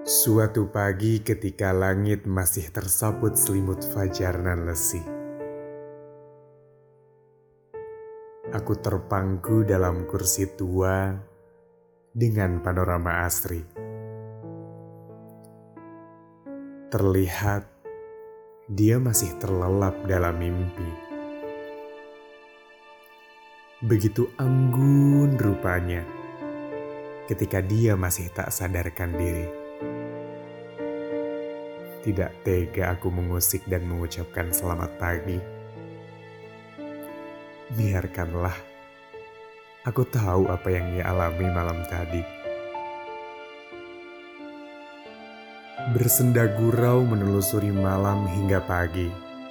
Suatu pagi ketika langit masih tersaput selimut fajar nan lesi, aku terpangku dalam kursi tua dengan panorama asri. Terlihat dia masih terlelap dalam mimpi. Begitu anggun rupanya ketika dia masih tak sadarkan diri. Tidak tega aku mengusik dan mengucapkan selamat pagi. Biarkanlah, aku tahu apa yang ia alami malam tadi. Bersenda gurau menelusuri malam hingga pagi.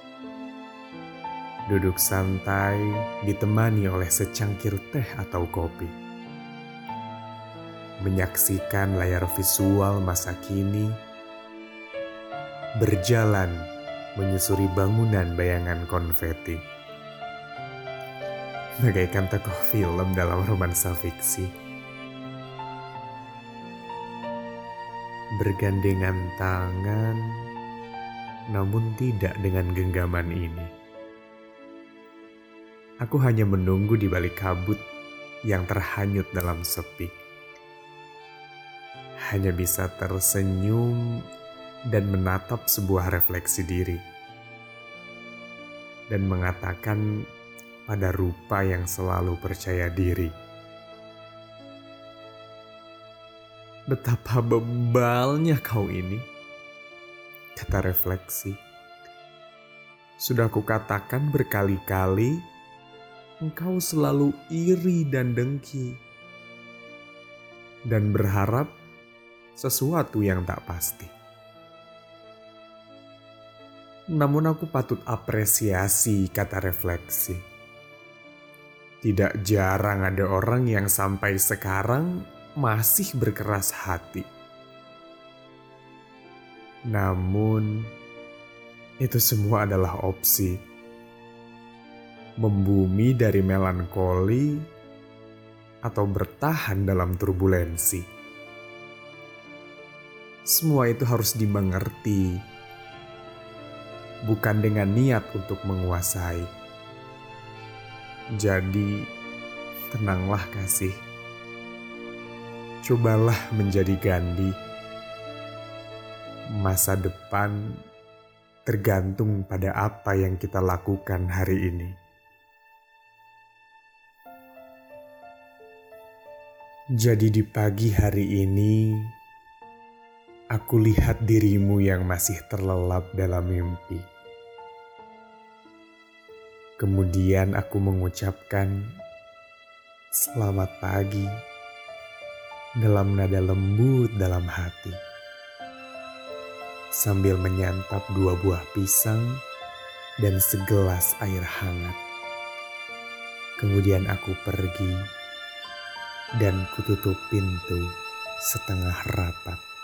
Duduk santai ditemani oleh secangkir teh atau kopi. Menyaksikan layar visual masa kini. Berjalan menyusuri bangunan bayangan konveti. Bagaikan tokoh film dalam romansa fiksi. Bergandengan tangan, namun tidak dengan genggaman ini. Aku hanya menunggu di balik kabut yang terhanyut dalam sepi. Hanya bisa tersenyum dan menatap sebuah refleksi diri. Dan mengatakan pada rupa yang selalu percaya diri. Betapa bebalnya kau ini, kata refleksi. Sudah kukatakan berkali-kali, engkau selalu iri dan dengki. Dan berharap sesuatu yang tak pasti. Namun aku patut apresiasi, kata refleksi. Tidak jarang ada orang yang sampai sekarang masih berkeras hati. Namun, itu semua adalah opsi. Membumi dari melankoli atau bertahan dalam turbulensi. Semua itu harus dimengerti. Bukan dengan niat untuk menguasai. Jadi, tenanglah kasih. Cobalah menjadi Gandhi. Masa depan tergantung pada apa yang kita lakukan hari ini. Jadi di pagi hari ini, aku lihat dirimu yang masih terlelap dalam mimpi. Kemudian aku mengucapkan selamat pagi dalam nada lembut dalam hati. Sambil menyantap 2 buah pisang dan segelas air hangat. Kemudian aku pergi dan kututup pintu setengah rapat.